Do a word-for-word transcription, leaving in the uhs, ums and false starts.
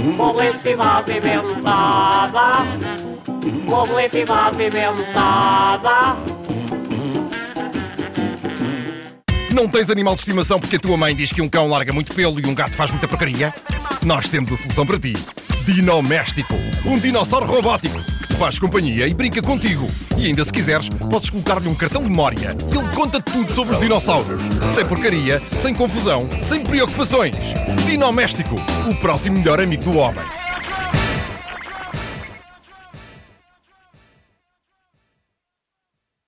Publicidade apimentada. Publicidade apimentada. Não tens animal de estimação porque a tua mãe diz que um cão larga muito pelo e um gato faz muita porcaria? Nós temos a solução para ti. Dinoméstico. Um dinossauro robótico que te faz companhia e brinca contigo. E ainda se quiseres, podes colocar-lhe um cartão de memória. Ele conta tudo sobre os dinossauros. Sem porcaria, sem confusão, sem preocupações. Dinoméstico. O próximo melhor amigo do homem.